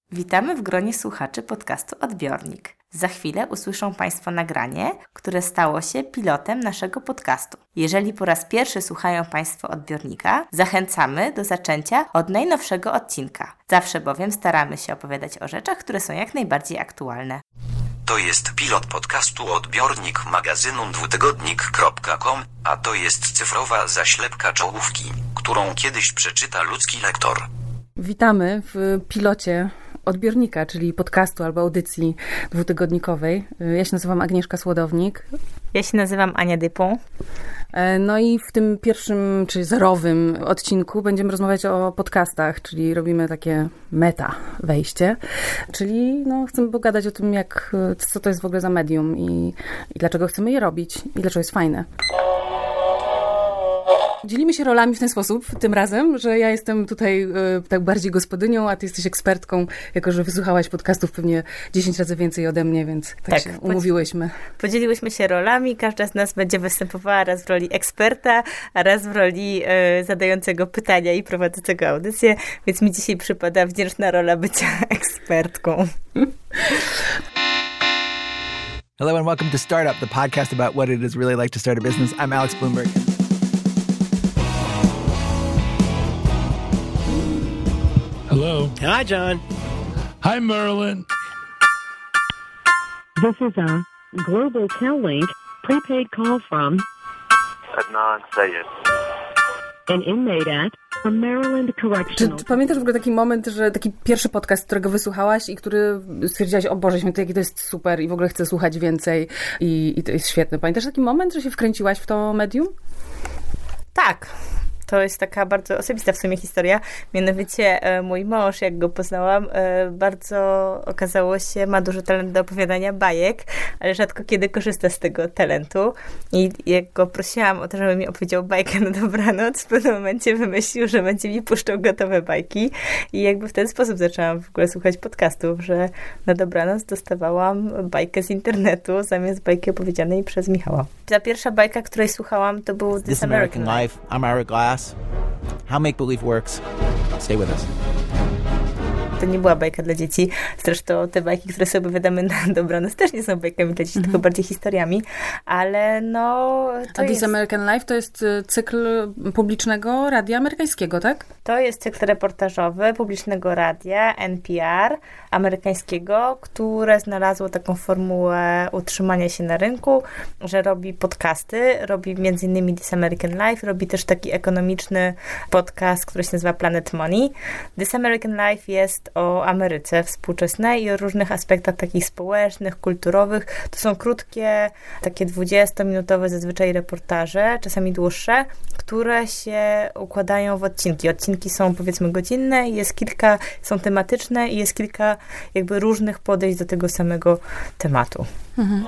Witamy w gronie słuchaczy podcastu Odbiornik. Za chwilę usłyszą Państwo nagranie, które stało się pilotem naszego podcastu. Jeżeli po raz pierwszy słuchają Państwo Odbiornika, zachęcamy do zaczęcia od najnowszego odcinka. Zawsze bowiem staramy się opowiadać o rzeczach, które są jak najbardziej aktualne. To jest pilot podcastu Odbiornik magazynu dwutygodnik.com, a to jest cyfrowa zaślepka czołówki, którą kiedyś przeczyta ludzki lektor. Witamy w pilocie Odbiornika, czyli podcastu albo audycji dwutygodnikowej. Ja się nazywam Agnieszka Słodownik. Ja się nazywam Ania Dypon. No i w tym pierwszym, czy zerowym odcinku będziemy rozmawiać o podcastach, czyli robimy takie meta wejście, czyli chcemy pogadać o tym, co to jest w ogóle za medium i dlaczego chcemy je robić i dlaczego jest fajne. Dzielimy się rolami w ten sposób tym razem, że ja jestem tutaj tak bardziej gospodynią, a ty jesteś ekspertką, jako że wysłuchałaś podcastów pewnie 10 razy więcej ode mnie, więc tak się umówiłyśmy. Podzieliłyśmy się rolami, każda z nas będzie występowała raz w roli eksperta, a raz w roli zadającego pytania i prowadzącego audycję, więc mi dzisiaj przypada wdzięczna rola bycia ekspertką. Hello and welcome to Startup, the podcast about what it is really like to start a business. I'm Alex Bloomberg. Hello. Hi, John. Hi, Merlin. This is a Global CalLink prepaid call from Adnan Sayed, an inmate at a Maryland Correctional. Czy pamiętasz w ogóle taki moment, że taki pierwszy podcast, którego wysłuchałaś i który stwierdziłaś, o Boże Święty, jaki to jest super i w ogóle chcę słuchać więcej i to jest świetne. Pamiętasz taki moment, że się wkręciłaś w to medium? Tak. To jest taka bardzo osobista w sumie historia. Mianowicie mój mąż, jak go poznałam, bardzo okazało się, ma duży talent do opowiadania bajek, ale rzadko kiedy korzysta z tego talentu. I jak go prosiłam o to, żeby mi opowiedział bajkę na dobranoc, w pewnym momencie wymyślił, że będzie mi puszczał gotowe bajki. I jakby w ten sposób zaczęłam w ogóle słuchać podcastów, że na dobranoc dostawałam bajkę z internetu zamiast bajki opowiedzianej przez Michała. Ta pierwsza bajka, której słuchałam, to był This American Life. I'm Ira Glass. How make-believe works. Stay with us. To nie była bajka dla dzieci. Zresztą te bajki, które sobie opowiadamy na dobranoc, też nie są bajkami dla dzieci, tylko bardziej historiami. Ale to This American Life to jest cykl publicznego radia amerykańskiego, tak? To jest cykl reportażowy publicznego radia NPR amerykańskiego, które znalazło taką formułę utrzymania się na rynku, że robi podcasty, robi m.in. This American Life, robi też taki ekonomiczny podcast, który się nazywa Planet Money. This American Life jest o Ameryce współczesnej i o różnych aspektach takich społecznych, kulturowych. To są krótkie, takie 20-minutowe zazwyczaj reportaże, czasami dłuższe, które się układają w odcinki. Odcinki są powiedzmy godzinne, są tematyczne i jest kilka jakby różnych podejść do tego samego tematu. Mhm.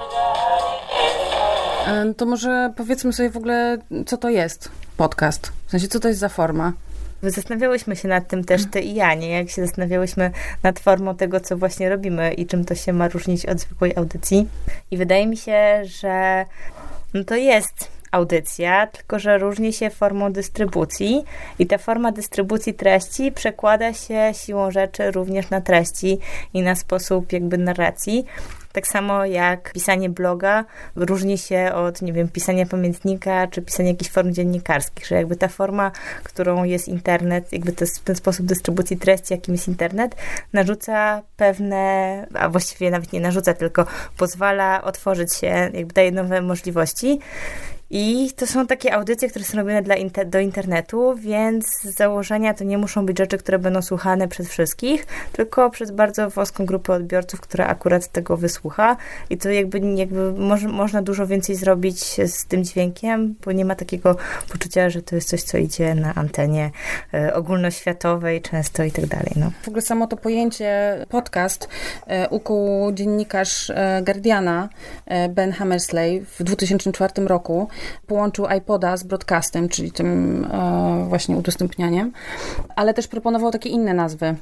To może powiedzmy sobie w ogóle, co to jest podcast? W sensie, co to jest za forma? Zastanawiałyśmy się nad tym też ty i ja, nie? Jak się zastanawiałyśmy nad formą tego, co właśnie robimy i czym to się ma różnić od zwykłej audycji. I wydaje mi się, że to jest audycja, tylko że różni się formą dystrybucji i ta forma dystrybucji treści przekłada się siłą rzeczy również na treści i na sposób jakby narracji. Tak samo jak pisanie bloga różni się od, pisania pamiętnika, czy pisania jakichś form dziennikarskich, że jakby ta forma, którą jest internet, jakby ten sposób dystrybucji treści, jakim jest internet, narzuca pewne, a właściwie nawet nie narzuca, tylko pozwala otworzyć się, jakby daje nowe możliwości. I to są takie audycje, które są robione do internetu, więc z założenia to nie muszą być rzeczy, które będą słuchane przez wszystkich, tylko przez bardzo wąską grupę odbiorców, która akurat tego wysłucha. I to jakby można dużo więcej zrobić z tym dźwiękiem, bo nie ma takiego poczucia, że to jest coś, co idzie na antenie ogólnoświatowej często i tak dalej. W ogóle samo to pojęcie podcast ukuł dziennikarz Guardiana Ben Hammersley w 2004 roku. Połączył iPoda z broadcastem, czyli tym właśnie udostępnianiem, ale też proponował takie inne nazwy.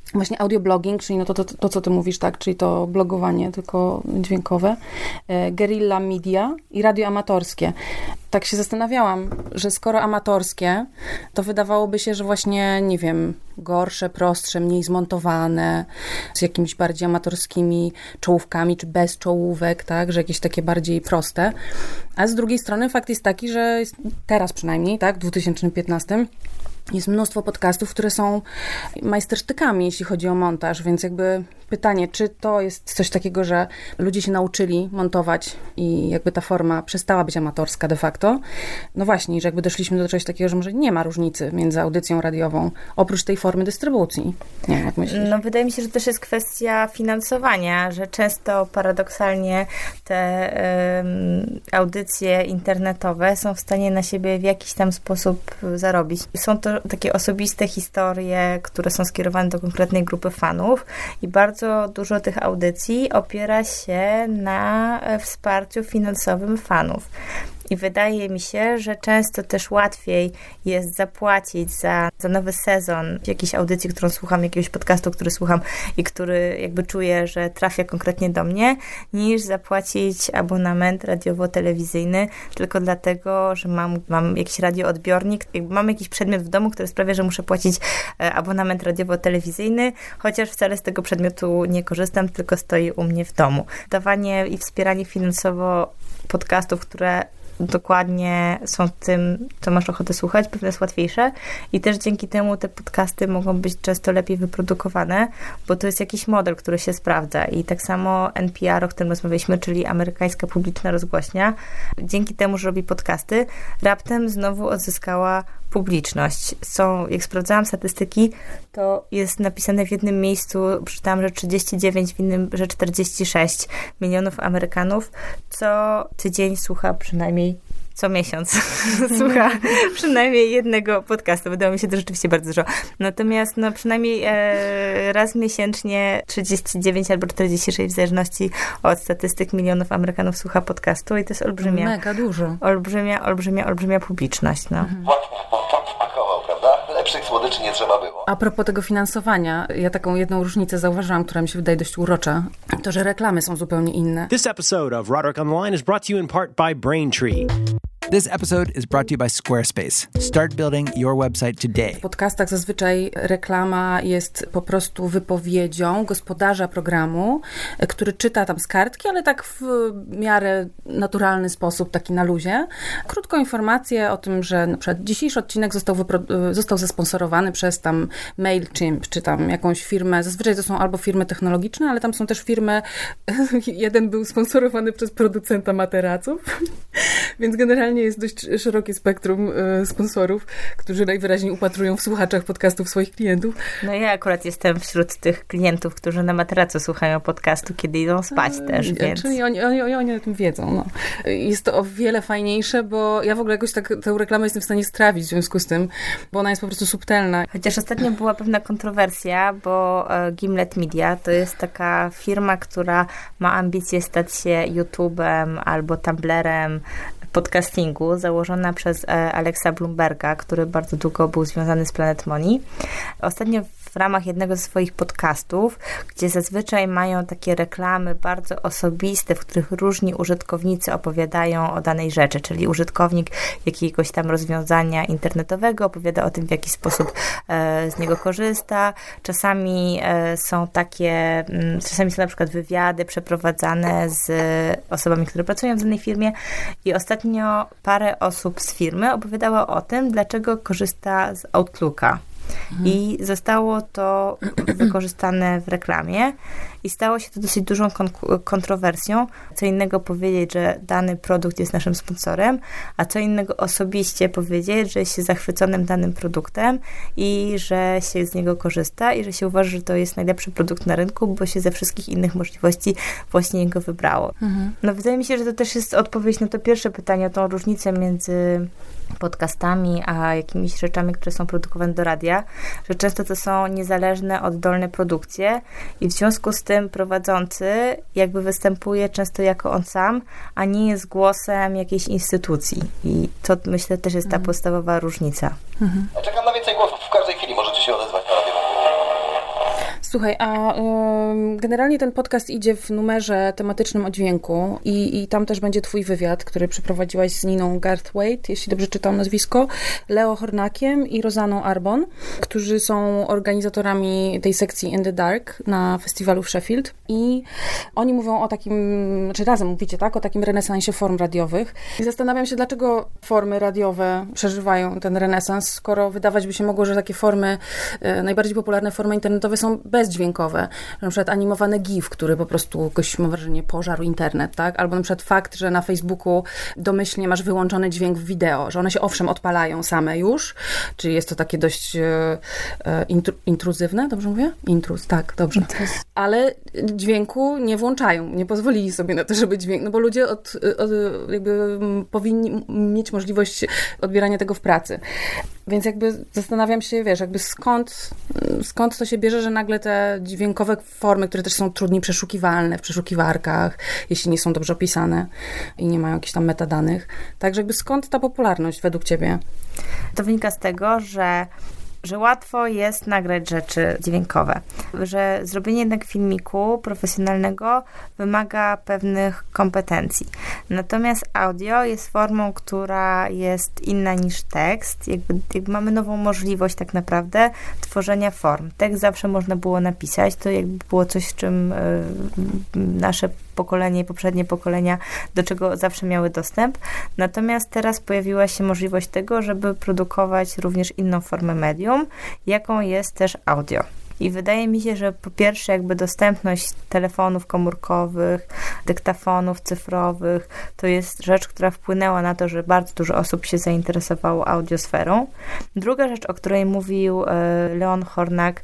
właśnie audioblogging, czyli no to, co ty mówisz, tak, czyli to blogowanie, tylko dźwiękowe, guerrilla media i radio amatorskie. Tak się zastanawiałam, że skoro amatorskie, to wydawałoby się, że właśnie, nie wiem, gorsze, prostsze, mniej zmontowane, z jakimiś bardziej amatorskimi czołówkami, czy bez czołówek, tak, że jakieś takie bardziej proste. A z drugiej strony fakt jest taki, że teraz przynajmniej, tak, w 2015 jest mnóstwo podcastów, które są majstersztykami, jeśli chodzi o montaż, więc jakby pytanie, czy to jest coś takiego, że ludzie się nauczyli montować i jakby ta forma przestała być amatorska de facto. No właśnie, że jakby doszliśmy do czegoś takiego, że może nie ma różnicy między audycją radiową, oprócz tej formy dystrybucji. Nie wiem, jak myślisz? No wydaje mi się, że też jest kwestia finansowania, że często paradoksalnie te audycje internetowe są w stanie na siebie w jakiś tam sposób zarobić. Są to takie osobiste historie, które są skierowane do konkretnej grupy fanów i bardzo dużo tych audycji opiera się na wsparciu finansowym fanów. I wydaje mi się, że często też łatwiej jest zapłacić za nowy sezon jakiejś audycji, którą słucham, jakiegoś podcastu, który słucham i który jakby czuję, że trafia konkretnie do mnie, niż zapłacić abonament radiowo-telewizyjny tylko dlatego, że mam jakiś radioodbiornik, jakby mam jakiś przedmiot w domu, który sprawia, że muszę płacić abonament radiowo-telewizyjny, chociaż wcale z tego przedmiotu nie korzystam, tylko stoi u mnie w domu. Dawanie i wspieranie finansowo podcastów, które dokładnie są tym, co masz ochotę słuchać, pewnie jest łatwiejsze i też dzięki temu te podcasty mogą być często lepiej wyprodukowane, bo to jest jakiś model, który się sprawdza i tak samo NPR, o którym rozmawialiśmy, czyli amerykańska publiczna rozgłośnia, dzięki temu, że robi podcasty, raptem znowu odzyskała publiczność. Jak sprawdzałam statystyki, to jest napisane w jednym miejscu, przeczytałam, że 39, w innym, że 46 milionów Amerykanów co tydzień słucha przynajmniej co miesiąc słucha przynajmniej jednego podcastu. Wydało mi się to rzeczywiście bardzo dużo. Natomiast przynajmniej raz miesięcznie 39 albo 46 w zależności od statystyk milionów Amerykanów słucha podcastu i to jest olbrzymia. Mega dużo. Olbrzymia publiczność. No. Smakował, prawda? Lepszych słodyczy nie trzeba było. A propos tego finansowania, ja taką jedną różnicę zauważyłam, która mi się wydaje dość urocza. To, że reklamy są zupełnie inne. This episode of Roderick Online is brought to you in part by Braintree. This episode is brought to you by Squarespace. Start building your website today. W podcastach zazwyczaj reklama jest po prostu wypowiedzią gospodarza programu, który czyta tam z kartki, ale tak w miarę naturalny sposób, taki na luzie. Krótką informację o tym, że na przykład dzisiejszy odcinek został zasponsorowany przez tam MailChimp, czy tam jakąś firmę. Zazwyczaj to są albo firmy technologiczne, ale tam są też firmy, jeden był sponsorowany przez producenta materaców, więc generalnie jest dość szerokie spektrum sponsorów, którzy najwyraźniej upatrują w słuchaczach podcastów swoich klientów. No ja akurat jestem wśród tych klientów, którzy na materacu słuchają podcastu, kiedy idą spać też, więc... Czyli oni o tym wiedzą. No. Jest to o wiele fajniejsze, bo ja w ogóle jakoś tak tę reklamę jestem w stanie strawić w związku z tym, bo ona jest po prostu subtelna. Chociaż ostatnio była pewna kontrowersja, bo Gimlet Media to jest taka firma, która ma ambicje stać się YouTube'em albo Tumblrem podcastingu, założona przez Alexa Blumberga, który bardzo długo był związany z Planet Money. Ostatnio w ramach jednego ze swoich podcastów, gdzie zazwyczaj mają takie reklamy bardzo osobiste, w których różni użytkownicy opowiadają o danej rzeczy, czyli użytkownik jakiegoś tam rozwiązania internetowego opowiada o tym, w jaki sposób z niego korzysta. Czasami są na przykład wywiady przeprowadzane z osobami, które pracują w danej firmie i ostatnio parę osób z firmy opowiadało o tym, dlaczego korzysta z Outlooka. I zostało to wykorzystane w reklamie i stało się to dosyć dużą kontrowersją. Co innego powiedzieć, że dany produkt jest naszym sponsorem, a co innego osobiście powiedzieć, że jest się zachwyconym danym produktem i że się z niego korzysta i że się uważa, że to jest najlepszy produkt na rynku, bo się ze wszystkich innych możliwości właśnie go wybrało. No wydaje mi się, że to też jest odpowiedź na to pierwsze pytanie, o tą różnicę między podcastami, a jakimiś rzeczami, które są produkowane do radia, że często to są niezależne, oddolne produkcje i w związku z tym prowadzący jakby występuje często jako on sam, a nie jest głosem jakiejś instytucji. I to myślę też jest ta podstawowa różnica. Czekam na więcej głosów w każdej chwili, możecie się odezwać na radio. Słuchaj, a generalnie ten podcast idzie w numerze tematycznym o dźwięku i tam też będzie twój wywiad, który przeprowadziłaś z Niną Garthwaite, jeśli dobrze czytam nazwisko, Leo Hornakiem i Rosaną Arbon, którzy są organizatorami tej sekcji In the Dark na festiwalu w Sheffield i oni mówią o takim, czy razem mówicie, tak, o takim renesansie form radiowych. I zastanawiam się, dlaczego formy radiowe przeżywają ten renesans, skoro wydawać by się mogło, że takie formy, najbardziej popularne formy internetowe są bezdźwiękowe. Na przykład animowany GIF, który po prostu jakoś, mam wrażenie, pożarł internet, tak? Albo na przykład fakt, że na Facebooku domyślnie masz wyłączony dźwięk w wideo, że one się owszem odpalają same już, czyli jest to takie dość intruzywne, dobrze mówię? Tak, dobrze. Ale dźwięku nie włączają, nie pozwolili sobie na to, żeby dźwięk, no bo ludzie jakby powinni mieć możliwość odbierania tego w pracy. Więc jakby zastanawiam się, wiesz, jakby skąd to się bierze, że nagle te dźwiękowe formy, które też są trudniej przeszukiwalne w przeszukiwarkach, jeśli nie są dobrze opisane i nie mają jakichś tam metadanych. Także jakby skąd ta popularność według ciebie? To wynika z tego, że łatwo jest nagrać rzeczy dźwiękowe, że zrobienie jednak filmiku profesjonalnego wymaga pewnych kompetencji. Natomiast audio jest formą, która jest inna niż tekst. Jakby mamy nową możliwość tak naprawdę tworzenia form. Tekst zawsze można było napisać, to jakby było coś, z czym nasze pokolenie i poprzednie pokolenia do czego zawsze miały dostęp. Natomiast teraz pojawiła się możliwość tego, żeby produkować również inną formę medium, jaką jest też audio. I wydaje mi się, że po pierwsze jakby dostępność telefonów komórkowych, dyktafonów cyfrowych, to jest rzecz, która wpłynęła na to, że bardzo dużo osób się zainteresowało audiosferą. Druga rzecz, o której mówił Leon Hornak,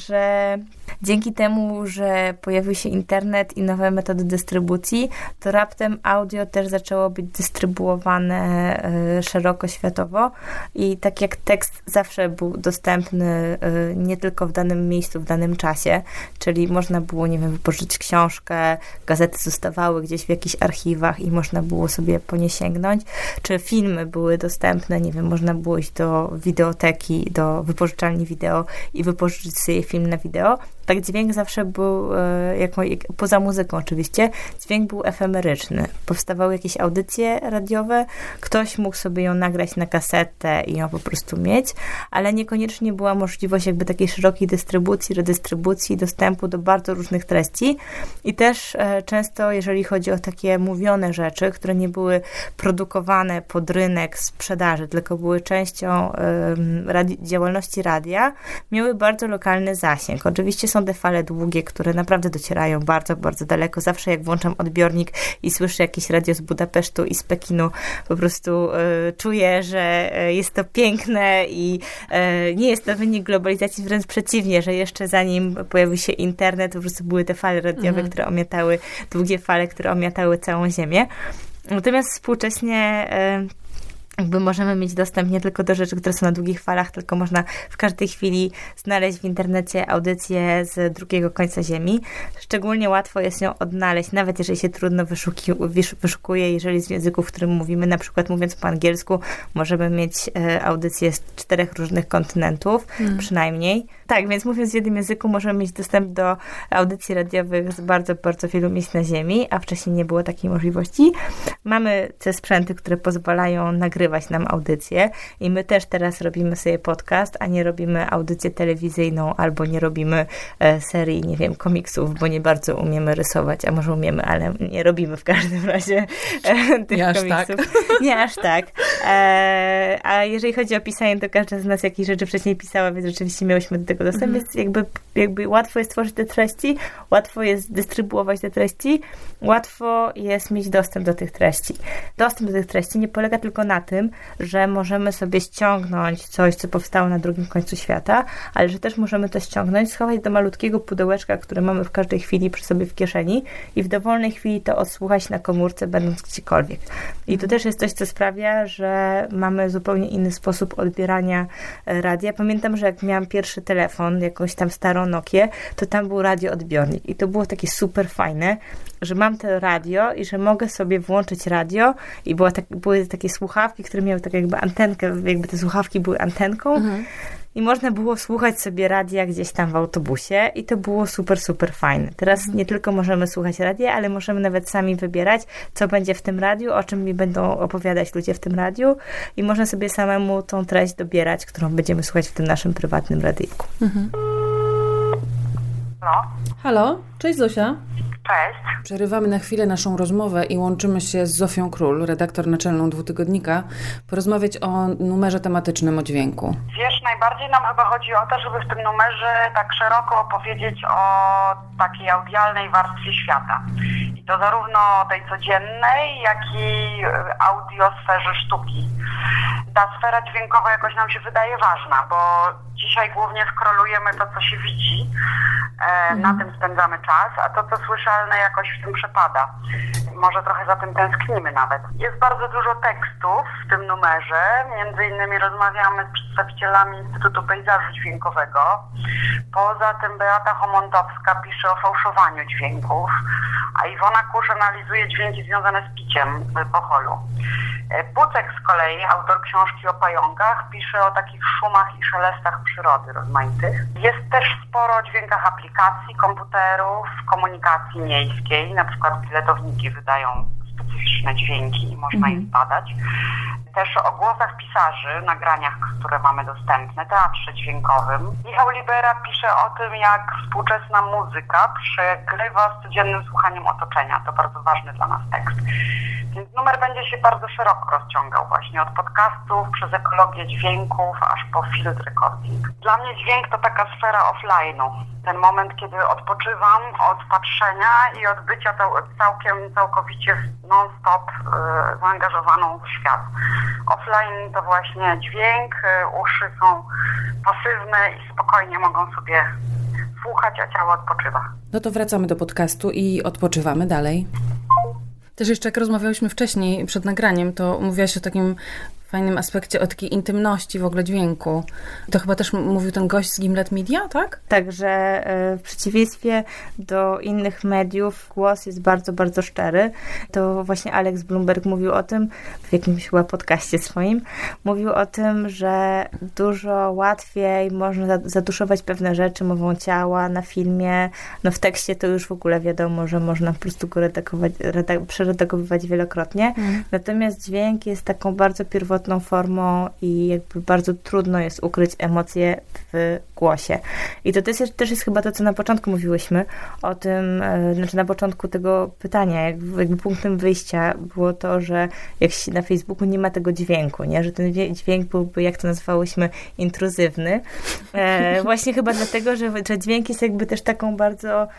że dzięki temu, że pojawił się internet i nowe metody dystrybucji, to raptem audio też zaczęło być dystrybuowane szeroko światowo i tak jak tekst zawsze był dostępny nie tylko w danym miejscu, w danym czasie, czyli można było, nie wiem, wypożyczyć książkę, gazety zostawały gdzieś w jakichś archiwach i można było sobie po nie sięgnąć, czy filmy były dostępne, nie wiem, można było iść do wideoteki, do wypożyczalni wideo i wypożyczyć sobie film na wideo. Tak dźwięk zawsze był, poza muzyką oczywiście, dźwięk był efemeryczny. Powstawały jakieś audycje radiowe, ktoś mógł sobie ją nagrać na kasetę i ją po prostu mieć, ale niekoniecznie była możliwość jakby takiej szerokiej dystrybucji, redystrybucji, dostępu do bardzo różnych treści i też często, jeżeli chodzi o takie mówione rzeczy, które nie były produkowane pod rynek sprzedaży, tylko były częścią działalności radia, miały bardzo lokalny zasięg. Oczywiście są te fale długie, które naprawdę docierają bardzo, bardzo daleko. Zawsze jak włączam odbiornik i słyszę jakieś radio z Budapesztu i z Pekinu, po prostu czuję, że jest to piękne i nie jest to wynik globalizacji, wręcz przeciwnie, że jeszcze zanim pojawił się internet, po prostu były te fale radiowe, które omiatały, długie fale, które omiatały całą Ziemię. Natomiast współcześnie jakby możemy mieć dostęp nie tylko do rzeczy, które są na długich falach, tylko można w każdej chwili znaleźć w internecie audycję z drugiego końca Ziemi. Szczególnie łatwo jest ją odnaleźć, nawet jeżeli się trudno wyszukuje, jeżeli z języków, w którym mówimy, na przykład mówiąc po angielsku, możemy mieć audycję z 4 różnych kontynentów, przynajmniej. Tak, więc mówiąc w jednym języku, możemy mieć dostęp do audycji radiowych z bardzo, bardzo wielu miejsc na Ziemi, a wcześniej nie było takiej możliwości. Mamy te sprzęty, które pozwalają nagrywać nam audycję i my też teraz robimy sobie podcast, a nie robimy audycję telewizyjną albo nie robimy serii, nie wiem, komiksów, bo nie bardzo umiemy rysować, a może umiemy, ale nie robimy w każdym razie tych nie komiksów. Aż tak. Nie aż tak. A jeżeli chodzi o pisanie, to każda z nas jakieś rzeczy wcześniej pisała, więc rzeczywiście miałyśmy do tego dostęp, więc jakby łatwo jest tworzyć te treści, łatwo jest dystrybuować te treści, łatwo jest mieć dostęp do tych treści. Dostęp do tych treści nie polega tylko na tym, że możemy sobie ściągnąć coś, co powstało na drugim końcu świata, ale że też możemy to ściągnąć, schować do malutkiego pudełeczka, które mamy w każdej chwili przy sobie w kieszeni i w dowolnej chwili to odsłuchać na komórce, będąc gdziekolwiek. I to też jest coś, co sprawia, że mamy zupełnie inny sposób odbierania radia. Pamiętam, że jak miałam pierwszy telefon, jakąś tam starą Nokię, to tam był radioodbiornik i to było takie super fajne, że mam to radio i że mogę sobie włączyć radio i były takie słuchawki, które miały tak jakby antenkę, jakby te słuchawki były antenką i można było słuchać sobie radia gdzieś tam w autobusie i to było super, super fajne. Teraz nie tylko możemy słuchać radia, ale możemy nawet sami wybierać, co będzie w tym radiu, o czym mi będą opowiadać ludzie w tym radiu i można sobie samemu tą treść dobierać, którą będziemy słuchać w tym naszym prywatnym radyjku. Halo, cześć Zosia. Cześć. Przerywamy na chwilę naszą rozmowę i łączymy się z Zofią Król, redaktor naczelną Dwutygodnika, porozmawiać o numerze tematycznym o dźwięku. Wiesz, najbardziej nam chyba chodzi o to, żeby w tym numerze tak szeroko opowiedzieć o takiej audialnej warstwie świata. I to zarówno tej codziennej, jak i audiosferze sztuki. Ta sfera dźwiękowa jakoś nam się wydaje ważna, bo dzisiaj głównie skrolujemy to, co się widzi, na tym spędzamy czas, a to, co słyszalne, jakoś w tym przepada. Może trochę za tym tęsknimy nawet. Jest bardzo dużo tekstów w tym numerze, między innymi rozmawiamy z przedstawicielami Instytutu Pejzażu Dźwiękowego. Poza tym Beata Homontowska pisze o fałszowaniu dźwięków, a Iwona Kusz analizuje dźwięki związane z piciem w alkoholu. Pucek z kolei, autor książki o pająkach, pisze o takich szumach i szelestach przyrody rozmaitych. Jest też sporo o dźwiękach aplikacji, komputerów, komunikacji miejskiej, na przykład biletowniki wydają specyficzne dźwięki i można je zbadać. Też o głosach pisarzy, nagraniach, które mamy dostępne, teatrze dźwiękowym. Michał Libera pisze o tym, jak współczesna muzyka przegrywa z codziennym słuchaniem otoczenia. To bardzo ważny dla nas tekst. Więc numer będzie się bardzo szeroko rozciągał właśnie od podcastów przez ekologię dźwięków aż po field recording. Dla mnie dźwięk to taka sfera offline'u. Ten moment, kiedy odpoczywam od patrzenia i od bycia całkowicie non-stop zaangażowaną w świat. Offline to właśnie dźwięk, uszy są pasywne i spokojnie mogą sobie słuchać, a ciało odpoczywa. No to wracamy do podcastu i odpoczywamy dalej. Też jeszcze jak rozmawiałyśmy wcześniej, przed nagraniem, to mówiłaś o takim fajnym aspekcie, o takiej intymności w ogóle dźwięku. To chyba też mówił ten gość z Gimlet Media, tak? Tak, że w przeciwieństwie do innych mediów głos jest bardzo, bardzo szczery. To właśnie Alex Blumberg mówił o tym, w jakimś chyba podcaście swoim, mówił o tym, że dużo łatwiej można zatuszować pewne rzeczy mową ciała na filmie. No w tekście to już w ogóle wiadomo, że można po prostu go przeredagowywać wielokrotnie. Natomiast dźwięk jest taką bardzo pierwotną formą i jakby bardzo trudno jest ukryć emocje w głosie. I to też jest chyba to, co na początku mówiłyśmy o tym, znaczy na początku tego pytania, jakby punktem wyjścia było to, że jak na Facebooku nie ma tego dźwięku, nie? Że ten dźwięk byłby, jak to nazwałyśmy, intruzywny. Właśnie chyba dlatego, że dźwięk jest jakby też taką bardzo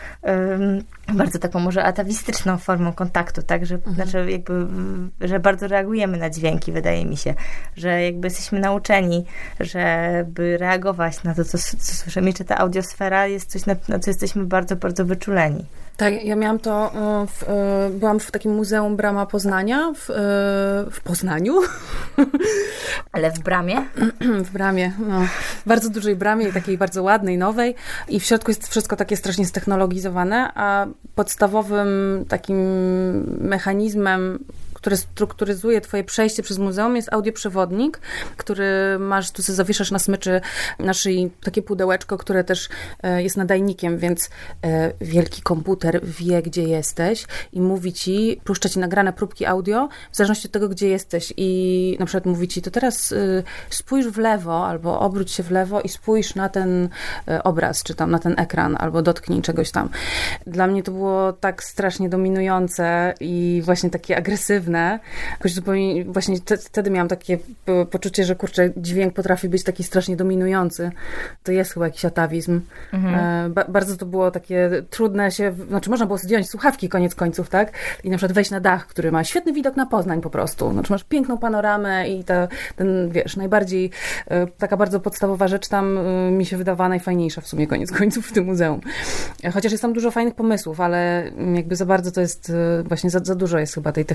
taką może atawistyczną formą kontaktu, tak? Że, znaczy jakby, że bardzo reagujemy na dźwięki, wydaje mi się, że jakby jesteśmy nauczeni, żeby reagować na to, co słyszymy. Czy ta audiosfera jest coś, na co jesteśmy bardzo, bardzo wyczuleni. Tak, ja miałam to, byłam w takim Muzeum Brama Poznania, w Poznaniu. Ale w Bramie? W Bramie, no. Bardzo dużej bramie i takiej bardzo ładnej, nowej i w środku jest wszystko takie strasznie ztechnologizowane, a podstawowym takim mechanizmem, który strukturyzuje twoje przejście przez muzeum, jest audioprzewodnik, który masz, tu sobie zawieszasz na smyczy na szyi takie pudełeczko, które też jest nadajnikiem, więc wielki komputer wie, gdzie jesteś i mówi ci, puszcza ci nagrane próbki audio, w zależności od tego, gdzie jesteś i na przykład mówi ci, to teraz spójrz w lewo, albo obróć się w lewo i spójrz na ten obraz, czy tam na ten ekran, albo dotknij czegoś tam. Dla mnie to było tak strasznie dominujące i właśnie takie agresywne. Jakoś zupełnie właśnie wtedy miałam takie poczucie, że kurczę, dźwięk potrafi być taki strasznie dominujący. To jest chyba jakiś atawizm. Bardzo to było takie trudne znaczy można było zdjąć słuchawki koniec końców, tak? I na przykład wejść na dach, który ma świetny widok na Poznań po prostu. Znaczy masz piękną panoramę i ten, wiesz, najbardziej taka bardzo podstawowa rzecz tam mi się wydawała najfajniejsza w sumie koniec końców w tym muzeum. Chociaż jest tam dużo fajnych pomysłów, ale jakby za bardzo to jest właśnie za dużo jest chyba tej technologii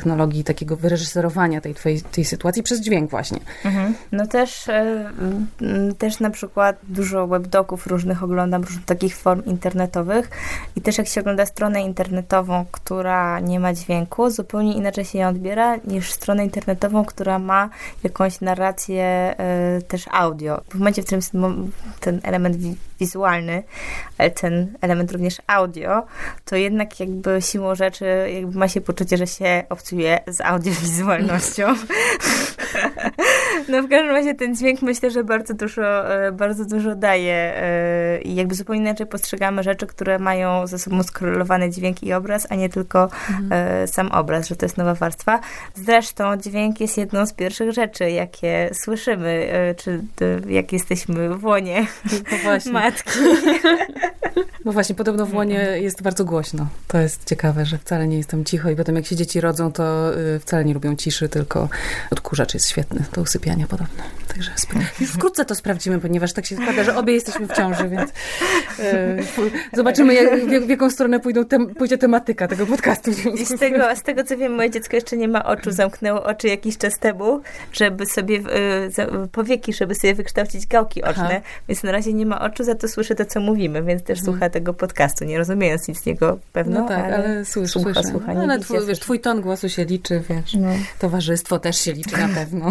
takiego wyreżyserowania tej sytuacji przez dźwięk właśnie. No też na przykład dużo webdoków różnych oglądam, różnych takich form internetowych i też jak się ogląda stronę internetową, która nie ma dźwięku, zupełnie inaczej się ją odbiera niż stronę internetową, która ma jakąś narrację też audio. W momencie, w którym ten element wizualny, ale ten element również audio, to jednak jakby siłą rzeczy jakby ma się poczucie, że się obcuje z audiowizualnością. No w każdym razie ten dźwięk myślę, że bardzo dużo daje i jakby zupełnie inaczej postrzegamy rzeczy, które mają ze sobą skorelowany dźwięk i obraz, a nie tylko sam obraz, że to jest nowa warstwa. Zresztą dźwięk jest jedną z pierwszych rzeczy, jakie słyszymy, czy jak jesteśmy w łonie matki. No właśnie, podobno w łonie jest bardzo głośno. To jest ciekawe, że wcale nie jest tam cicho i potem jak się dzieci rodzą, to wcale nie lubią ciszy, tylko odkurzacz jest świetny do usypiania podobno. Także już wkrótce to sprawdzimy, ponieważ tak się składa, że obie jesteśmy w ciąży, więc zobaczymy, w jaką stronę pójdzie tematyka tego podcastu. I z tego, co wiem, moje dziecko jeszcze nie ma oczu, zamknęło oczy jakiś czas temu, żeby sobie powieki, żeby sobie wykształcić gałki oczne, więc na razie nie ma oczu, za to słyszy to, co mówimy, więc też słucha tego podcastu, nie rozumiejąc nic z niego pewno, no tak, ale słucha. Ale twój ton głosu się liczy, wiesz. No. Towarzystwo też się liczy na pewno.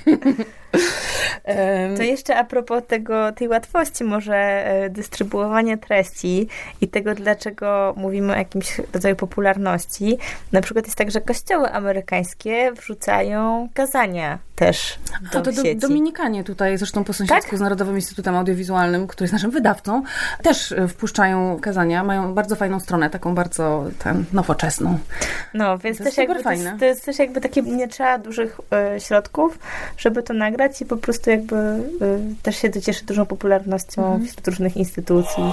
To jeszcze a propos tej łatwości może dystrybuowania treści i tego, dlaczego mówimy o jakimś rodzaju popularności. Na przykład jest tak, że kościoły amerykańskie wrzucają kazania też do sieci. Dominikanie tutaj, zresztą po sąsiedzku tak? z Narodowym Instytutem Audiowizualnym, który jest naszym wydawcą, też wpuszczają kazania. Mają bardzo fajną stronę, taką bardzo nowoczesną. No, więc też jakby to jest też jakby takie, nie trzeba dużych środków, żeby to nagrać i po prostu jakby też się docieszy dużą popularnością wśród różnych instytucji.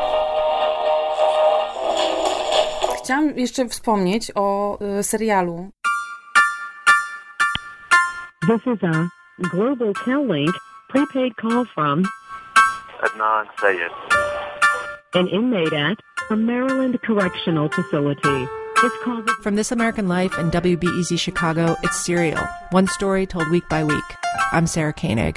Chciałam jeszcze wspomnieć o serialu. This is a Global CalLink prepaid call from Adnan Sayed. An inmate at a Maryland correctional facility. From This American Life and WBEZ Chicago, it's Serial, one story told week by week. I'm Sarah Koenig.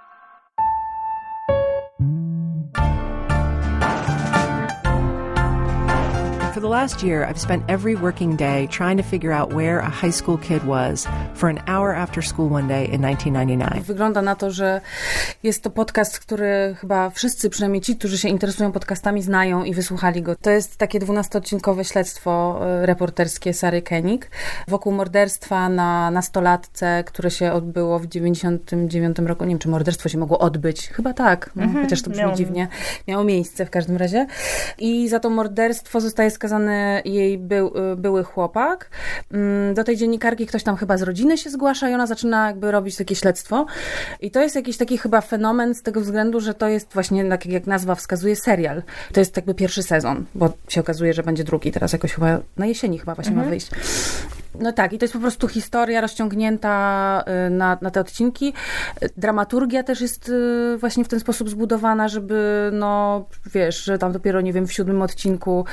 For the last year, I've spent every working day trying to figure out where a high school kid was for an hour after school one day in 1999. Wygląda na to, że jest to podcast, który chyba wszyscy, przynajmniej ci, którzy się interesują podcastami, znają i wysłuchali go. To jest takie 12-odcinkowe śledztwo reporterskie Sary Koenig wokół morderstwa na nastolatce, które się odbyło w 99 roku. Nie wiem, czy morderstwo się mogło odbyć. Chyba tak, chociaż to brzmi dziwnie. Miało miejsce w każdym razie. I za to morderstwo zostaje skazany jej były chłopak. Do tej dziennikarki ktoś tam chyba z rodziny się zgłasza i ona zaczyna jakby robić takie śledztwo. I to jest jakiś taki chyba fenomen z tego względu, że to jest właśnie, tak jak nazwa wskazuje, serial. To jest jakby pierwszy sezon, bo się okazuje, że będzie drugi. Teraz jakoś chyba na jesieni chyba właśnie ma wyjść. No tak, i to jest po prostu historia rozciągnięta na te odcinki. Dramaturgia też jest właśnie w ten sposób zbudowana, żeby, no wiesz, że tam dopiero, nie wiem, w 7 odcinku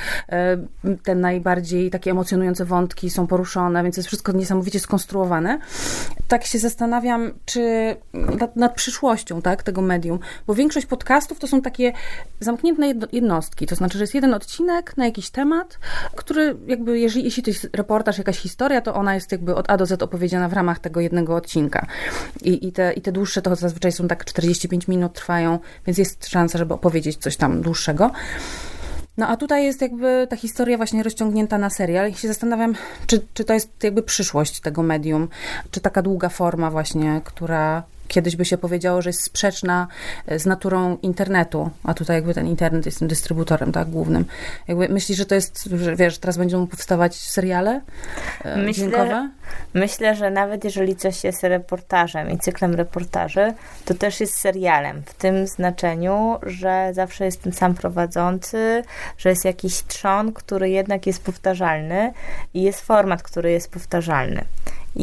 te najbardziej takie emocjonujące wątki są poruszone, więc jest wszystko niesamowicie skonstruowane. Tak się zastanawiam, czy nad przyszłością, tak, tego medium, bo większość podcastów to są takie zamknięte jednostki, to znaczy, że jest jeden odcinek na jakiś temat, który jakby, jeśli to jest reportaż, jakaś historia, to ona jest jakby od A do Z opowiedziana w ramach tego jednego odcinka. I te dłuższe to zazwyczaj są tak 45 minut trwają, więc jest szansa, żeby opowiedzieć coś tam dłuższego. No a tutaj jest jakby ta historia właśnie rozciągnięta na serial i się zastanawiam, czy to jest jakby przyszłość tego medium, czy taka długa forma właśnie, która kiedyś by się powiedziało, że jest sprzeczna z naturą internetu, a tutaj jakby ten internet jest tym dystrybutorem, tak, głównym. Jakby myślisz, że to jest, że wiesz, teraz będą powstawać seriale dźwiękowe? Myślę, że nawet jeżeli coś jest reportażem i cyklem reportaży, to też jest serialem. W tym znaczeniu, że zawsze jest ten sam prowadzący, że jest jakiś trzon, który jednak jest powtarzalny i jest format, który jest powtarzalny. I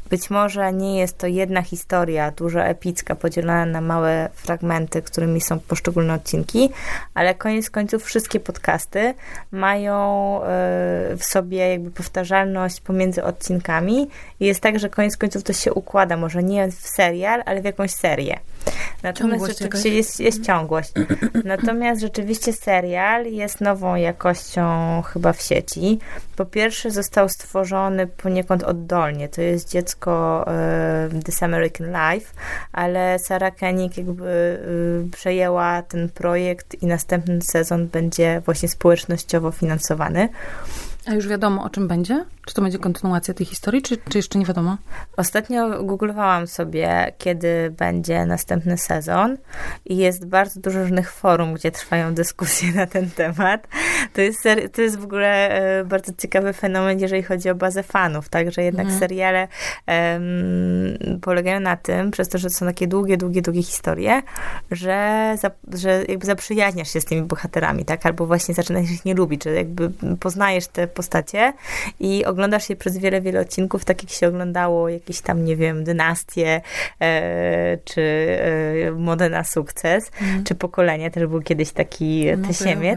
Być może nie jest to jedna historia, duża, epicka, podzielona na małe fragmenty, którymi są poszczególne odcinki, ale koniec końców wszystkie podcasty mają w sobie jakby powtarzalność pomiędzy odcinkami i jest tak, że koniec końców to się układa, może nie w serial, ale w jakąś serię. Natomiast rzeczywiście jest ciągłość. Natomiast rzeczywiście serial jest nową jakością chyba w sieci. Po pierwsze został stworzony poniekąd oddolnie. To jest dziecko This American Life, ale Sarah Koenig jakby przejęła ten projekt i następny sezon będzie właśnie społecznościowo finansowany. A już wiadomo, o czym będzie? Czy to będzie kontynuacja tej historii, czy jeszcze nie wiadomo? Ostatnio googlowałam sobie, kiedy będzie następny sezon i jest bardzo dużo różnych forum, gdzie trwają dyskusje na ten temat. To jest w ogóle bardzo ciekawy fenomen, jeżeli chodzi o bazę fanów, tak, że jednak seriale polegają na tym, przez to, że są takie długie historie, że jakby zaprzyjaźniasz się z tymi bohaterami, tak, albo właśnie zaczynasz ich nie lubić, że jakby poznajesz te postacie i oglądasz je przez wiele odcinków, tak jak się oglądało jakieś tam, nie wiem, Dynastię, czy Modę na sukces, czy Pokolenie, też był kiedyś taki Tasiemiec.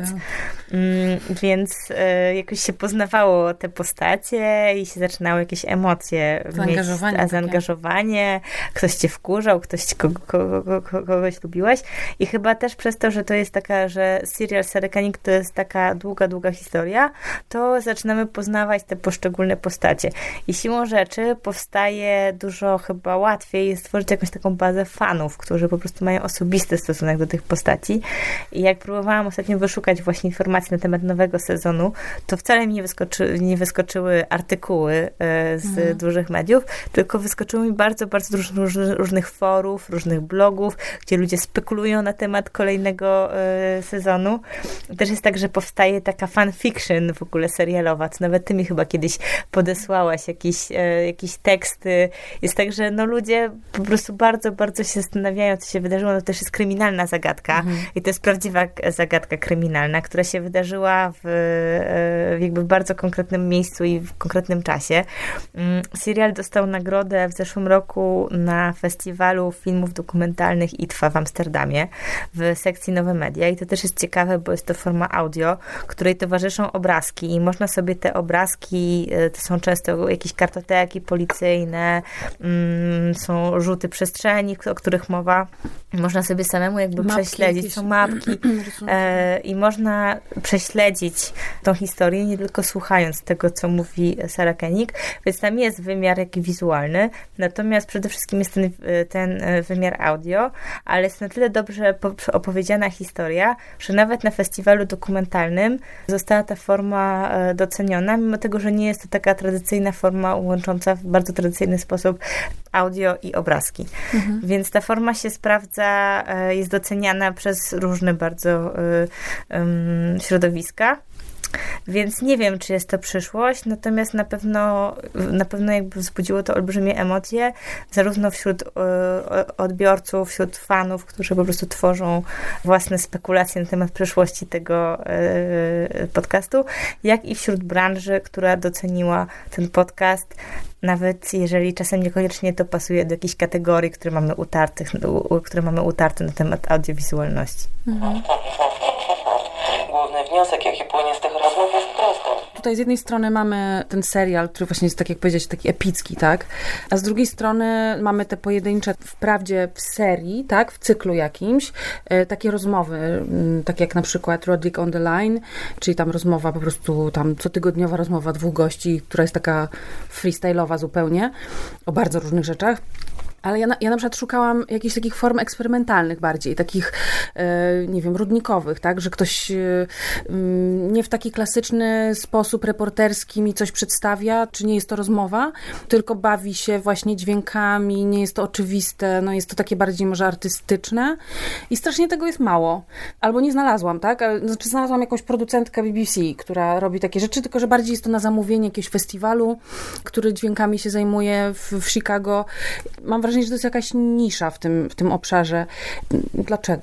Więc jakoś się poznawało te postacie i się zaczynały jakieś emocje zaangażowanie. Ktoś cię wkurzał, kogoś lubiłeś. I chyba też przez to, że to jest taka, że serial Sarah Koenig to jest taka długa historia, to zaczynamy poznawać te poszczególne postacie. I siłą rzeczy powstaje dużo chyba łatwiej stworzyć jakąś taką bazę fanów, którzy po prostu mają osobisty stosunek do tych postaci. I jak próbowałam ostatnio wyszukać właśnie informacji na temat nowego sezonu, to wcale mi nie wyskoczyły artykuły z dużych mediów, tylko wyskoczyło mi bardzo różnych forów, różnych blogów, gdzie ludzie spekulują na temat kolejnego sezonu. Też jest tak, że powstaje taka fanfiction w ogóle serialowa, co nawet ty mi chyba kiedyś podesłałaś jakieś teksty. Jest tak, że no ludzie po prostu bardzo się zastanawiają, co się wydarzyło. No to też jest kryminalna zagadka i to jest prawdziwa zagadka kryminalna, która się wydarzyła w jakby bardzo konkretnym miejscu i w konkretnym czasie. Serial dostał nagrodę w zeszłym roku na festiwalu filmów dokumentalnych ITFA w Amsterdamie w sekcji Nowe Media i to też jest ciekawe, bo jest to forma audio, której towarzyszą obrazki i można sobie te obrazki, to są często jakieś kartoteki policyjne, są rzuty przestrzeni, o których mowa. Można sobie samemu jakby prześledzić, są mapki i można prześledzić tą historię, nie tylko słuchając tego, co mówi Sarah Koenig, więc tam jest wymiar jaki wizualny, natomiast przede wszystkim jest ten wymiar audio, ale jest na tyle dobrze opowiedziana historia, że nawet na festiwalu dokumentalnym została ta forma doceniona, mimo tego, że nie jest to taka tradycyjna forma łącząca w bardzo tradycyjny sposób audio i obrazki. Więc ta forma się sprawdza, jest doceniana przez różne bardzo środowiska. Więc nie wiem, czy jest to przyszłość, natomiast na pewno jakby wzbudziło to olbrzymie emocje, zarówno wśród odbiorców, wśród fanów, którzy po prostu tworzą własne spekulacje na temat przyszłości tego podcastu, jak i wśród branży, która doceniła ten podcast, nawet jeżeli czasem niekoniecznie to pasuje do jakichś kategorii, które mamy utarte na temat audiowizualności. Główny wniosek, jaki płynie z tych rozmów, jest prosty. Tutaj z jednej strony mamy ten serial, który właśnie jest, tak jak powiedzieć, taki epicki, tak? A z drugiej strony mamy te pojedyncze, wprawdzie w serii, tak? W cyklu jakimś, takie rozmowy, tak jak na przykład Roderick on the Line, czyli tam rozmowa po prostu, tam cotygodniowa rozmowa dwóch gości, która jest taka freestyle'owa zupełnie, o bardzo różnych rzeczach. Ale ja na przykład szukałam jakichś takich form eksperymentalnych bardziej, takich, nie wiem, rudnikowych, tak, że ktoś nie w taki klasyczny sposób reporterski mi coś przedstawia, czy nie jest to rozmowa, tylko bawi się właśnie dźwiękami, nie jest to oczywiste, no jest to takie bardziej może artystyczne i strasznie tego jest mało. Albo nie znalazłam, tak, znaczy znalazłam jakąś producentkę BBC, która robi takie rzeczy, tylko że bardziej jest to na zamówienie jakiegoś festiwalu, który dźwiękami się zajmuje w Chicago. Mam wrażenie, że to jest jakaś nisza w tym obszarze. Dlaczego?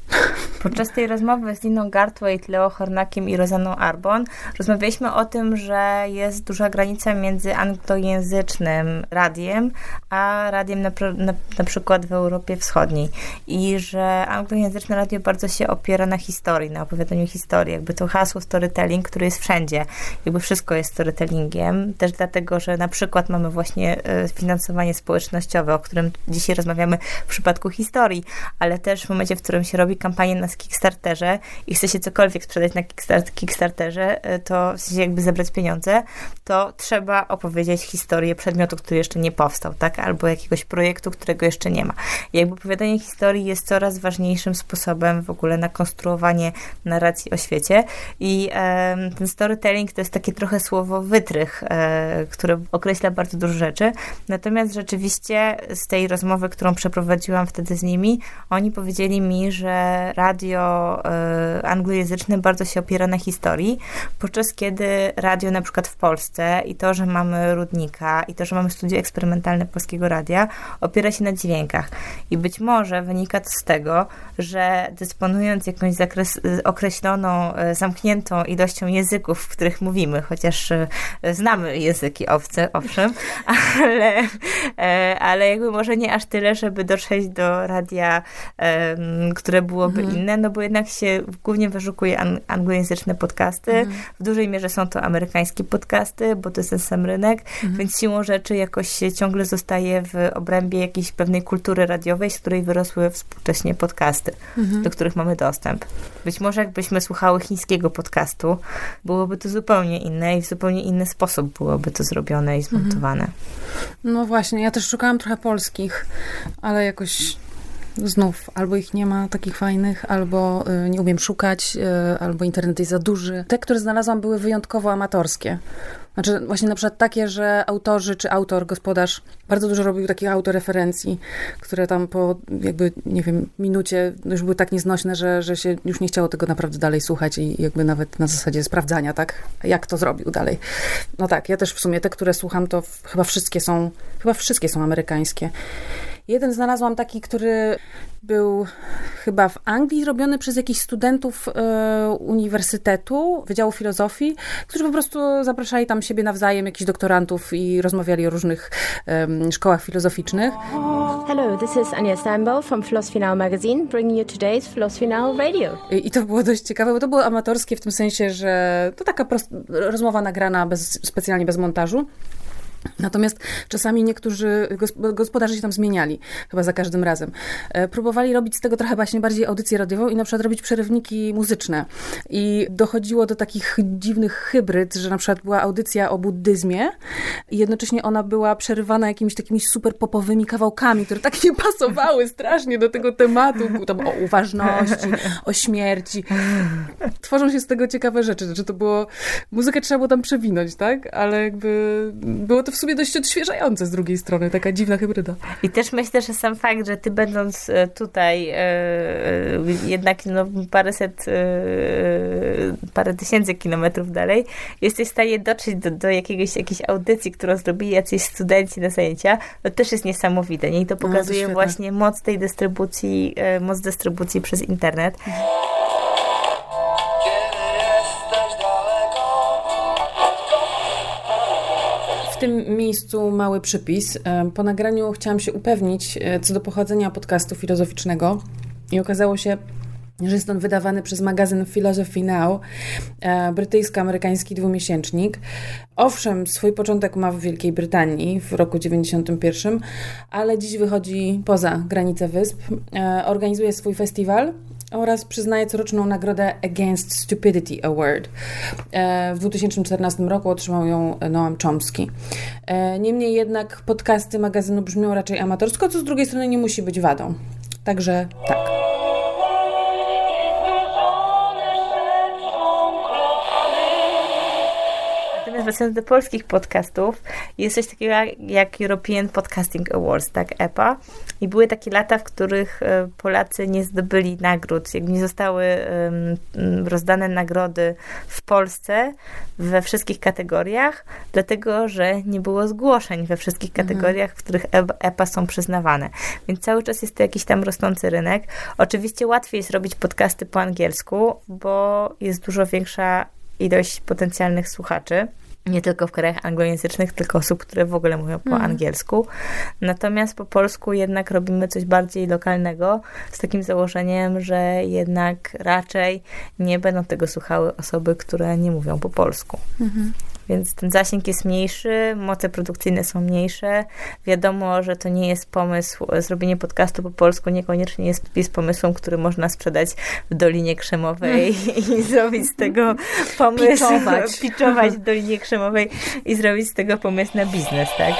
Podczas tej rozmowy z Niną Garthwaite, Leo Hornakiem i Rosanną Arbon rozmawialiśmy o tym, że jest duża granica między anglojęzycznym radiem, a radiem na przykład w Europie Wschodniej. I że anglojęzyczne radio bardzo się opiera na historii, na opowiadaniu historii. Jakby to hasło storytelling, które jest wszędzie. Jakby wszystko jest storytellingiem. Też dlatego, że na przykład mamy właśnie finansowanie społecznościowe, o którym dzisiaj rozmawiamy w przypadku historii, ale też w momencie, w którym się robi kampanię na Kickstarterze i chce się cokolwiek sprzedać na Kickstarterze, to w sensie jakby zebrać pieniądze, to trzeba opowiedzieć historię przedmiotu, który jeszcze nie powstał, tak? Albo jakiegoś projektu, którego jeszcze nie ma. I jakby opowiadanie historii jest coraz ważniejszym sposobem w ogóle na konstruowanie narracji o świecie i ten storytelling to jest takie trochę słowo wytrych, które określa bardzo dużo rzeczy. Natomiast rzeczywiście z tej rozmowy, którą przeprowadziłam wtedy z nimi, oni powiedzieli mi, że radio anglojęzyczne bardzo się opiera na historii, podczas kiedy radio na przykład w Polsce i to, że mamy Rudnika i to, że mamy studio eksperymentalne Polskiego Radia, opiera się na dźwiękach. I być może wynika to z tego, że dysponując jakąś określoną, zamkniętą ilością języków, w których mówimy, chociaż znamy języki obce, owszem, ale jakby może nie aż tyle, żeby dotrzeć do radia, które byłoby inne, no bo jednak się głównie wyszukuje anglojęzyczne podcasty. W dużej mierze są to amerykańskie podcasty, bo to jest ten sam rynek, więc siłą rzeczy jakoś się ciągle zostaje w obrębie jakiejś pewnej kultury radiowej, z której wyrosły współcześnie podcasty, do których mamy dostęp. Być może jakbyśmy słuchały chińskiego podcastu, byłoby to zupełnie inne i w zupełnie inny sposób byłoby to zrobione i zmontowane. No właśnie, ja też szukałam trochę polskich, ale jakoś znów albo ich nie ma takich fajnych, albo nie umiem szukać, albo internet jest za duży. Te, które znalazłam, były wyjątkowo amatorskie. Znaczy właśnie na przykład takie, że autorzy czy autor, gospodarz bardzo dużo robił takich autoreferencji, które tam po jakby, nie wiem, minucie już były tak nieznośne, że się już nie chciało tego naprawdę dalej słuchać i jakby nawet na zasadzie sprawdzania, tak? Jak to zrobił dalej. No tak, ja też w sumie te, które słucham, to chyba wszystkie są amerykańskie. Jeden znalazłam taki, który był chyba w Anglii robiony przez jakichś studentów uniwersytetu, Wydziału Filozofii, którzy po prostu zapraszali tam siebie nawzajem, jakichś doktorantów i rozmawiali o różnych szkołach filozoficznych. Hello, this is Anya Steinbell from Philosophy Now magazine, bringing you today's Philosophy Now radio. I to było dość ciekawe, bo to było amatorskie w tym sensie, że to taka rozmowa nagrana specjalnie bez montażu. Natomiast czasami niektórzy gospodarze się tam zmieniali, chyba za każdym razem. Próbowali robić z tego trochę właśnie bardziej audycję radiową i na przykład robić przerywniki muzyczne. I dochodziło do takich dziwnych hybryd, że na przykład była audycja o buddyzmie i jednocześnie ona była przerywana jakimiś takimi super popowymi kawałkami, które tak nie pasowały strasznie do tego tematu, tam o uważności, o śmierci. Tworzą się z tego ciekawe rzeczy, że to było... Muzykę trzeba było tam przewinąć, tak? Ale jakby było to w sumie dość odświeżające z drugiej strony, taka dziwna hybryda. I też myślę, że sam fakt, że ty będąc tutaj jednak parę tysięcy kilometrów dalej, jesteś w stanie dotrzeć do jakiejś audycji, którą zrobili jacyś studenci na zajęcia, to też jest niesamowite. Nie? I to pokazuje to właśnie moc tej dystrybucji, moc dystrybucji przez internet. W tym miejscu mały przypis. Po nagraniu chciałam się upewnić co do pochodzenia podcastu filozoficznego i okazało się, że jest on wydawany przez magazyn Philosophy Now, brytyjsko-amerykański dwumiesięcznik. Owszem, swój początek ma w Wielkiej Brytanii w roku 91, ale dziś wychodzi poza granice wysp. Organizuje swój festiwal oraz przyznaje coroczną nagrodę Against Stupidity Award. W 2014 roku otrzymał ją Noam Chomsky. Niemniej jednak podcasty magazynu brzmią raczej amatorsko, co z drugiej strony nie musi być wadą. Także tak. natomiast wracając do polskich podcastów, jest coś takiego jak European Podcasting Awards, tak, EPA. I były takie lata, w których Polacy nie zdobyli nagród, jakby nie zostały rozdane nagrody w Polsce we wszystkich kategoriach, dlatego, że nie było zgłoszeń we wszystkich kategoriach, w których EPA są przyznawane. Więc cały czas jest to jakiś tam rosnący rynek. Oczywiście łatwiej jest robić podcasty po angielsku, bo jest dużo większa ilość potencjalnych słuchaczy. Nie tylko w krajach anglojęzycznych, tylko osób, które w ogóle mówią po angielsku. Natomiast po polsku jednak robimy coś bardziej lokalnego, z takim założeniem, że jednak raczej nie będą tego słuchały osoby, które nie mówią po polsku. Więc ten zasięg jest mniejszy, moce produkcyjne są mniejsze. Wiadomo, że to nie jest pomysł, zrobienie podcastu po polsku niekoniecznie jest pomysłem, który można sprzedać w Dolinie Krzemowej i zrobić z tego pomysł, pitchować w Dolinie Krzemowej i zrobić z tego pomysł na biznes, tak?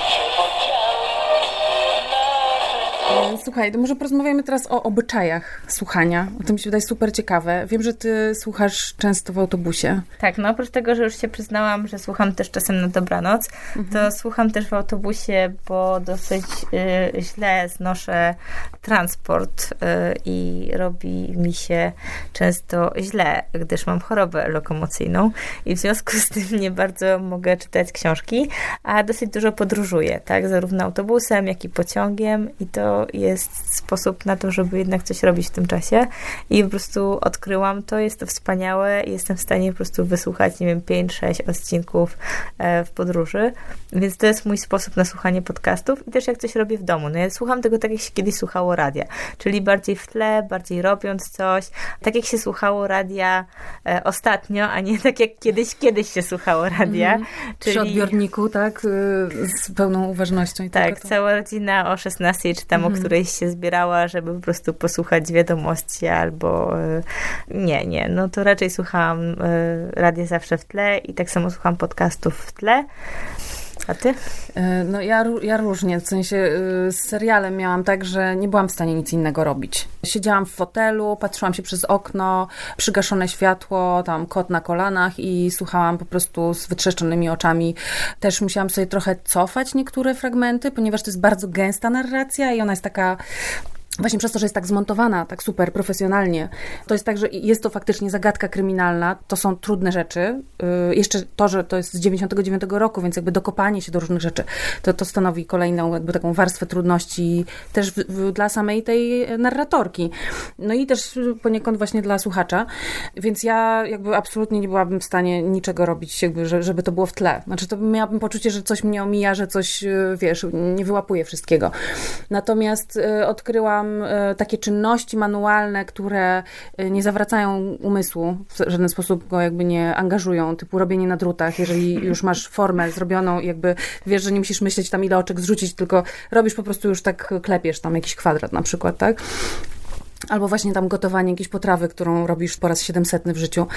Słuchaj, to może porozmawiajmy teraz o obyczajach słuchania. To mi się wydaje super ciekawe. Wiem, że ty słuchasz często w autobusie. Tak, no oprócz tego, że już się przyznałam, że słucham też czasem na dobranoc, to słucham też w autobusie, bo dosyć źle znoszę transport i robi mi się często źle, gdyż mam chorobę lokomocyjną i w związku z tym nie bardzo mogę czytać książki, a dosyć dużo podróżuję, tak, zarówno autobusem, jak i pociągiem i to jest sposób na to, żeby jednak coś robić w tym czasie i po prostu odkryłam to, jest to wspaniałe i jestem w stanie po prostu wysłuchać, nie wiem, 5-6 odcinków w podróży, więc to jest mój sposób na słuchanie podcastów i też jak coś robię w domu. No ja słucham tego tak, jak się kiedyś słuchało radia, czyli bardziej w tle, bardziej robiąc coś, tak jak się słuchało radia ostatnio, a nie tak jak kiedyś się słuchało radia. Czyli przy odbiorniku, tak? Z pełną uważnością. I tak, cała rodzina o 16 czy tam o którejś się zbierała, żeby po prostu posłuchać wiadomości albo nie, no to raczej słuchałam radia zawsze w tle i tak samo słucham podcastów w tle. A ty? No ja różnie, w sensie z serialem miałam tak, że nie byłam w stanie nic innego robić. Siedziałam w fotelu, patrzyłam się przez okno, przygaszone światło, tam kot na kolanach i słuchałam po prostu z wytrzeszczonymi oczami. Też musiałam sobie trochę cofać niektóre fragmenty, ponieważ to jest bardzo gęsta narracja i ona jest taka... Właśnie przez to, że jest tak zmontowana, tak super profesjonalnie, to jest tak, że jest to faktycznie zagadka kryminalna, to są trudne rzeczy. Jeszcze to, że to jest z 99 roku, więc jakby dokopanie się do różnych rzeczy, to stanowi kolejną jakby taką warstwę trudności też dla samej tej narratorki. No i też poniekąd właśnie dla słuchacza, więc ja jakby absolutnie nie byłabym w stanie niczego robić, jakby, żeby to było w tle. Znaczy to miałabym poczucie, że coś mnie omija, że coś, wiesz, nie wyłapuję wszystkiego. Natomiast odkryłam takie czynności manualne, które nie zawracają umysłu, w żaden sposób go jakby nie angażują, typu robienie na drutach, jeżeli już masz formę zrobioną i jakby wiesz, że nie musisz myśleć tam ile oczek zrzucić, tylko robisz po prostu już tak, klepiesz tam jakiś kwadrat na przykład, tak? Albo właśnie tam gotowanie jakiejś potrawy, którą robisz po raz 700 w życiu.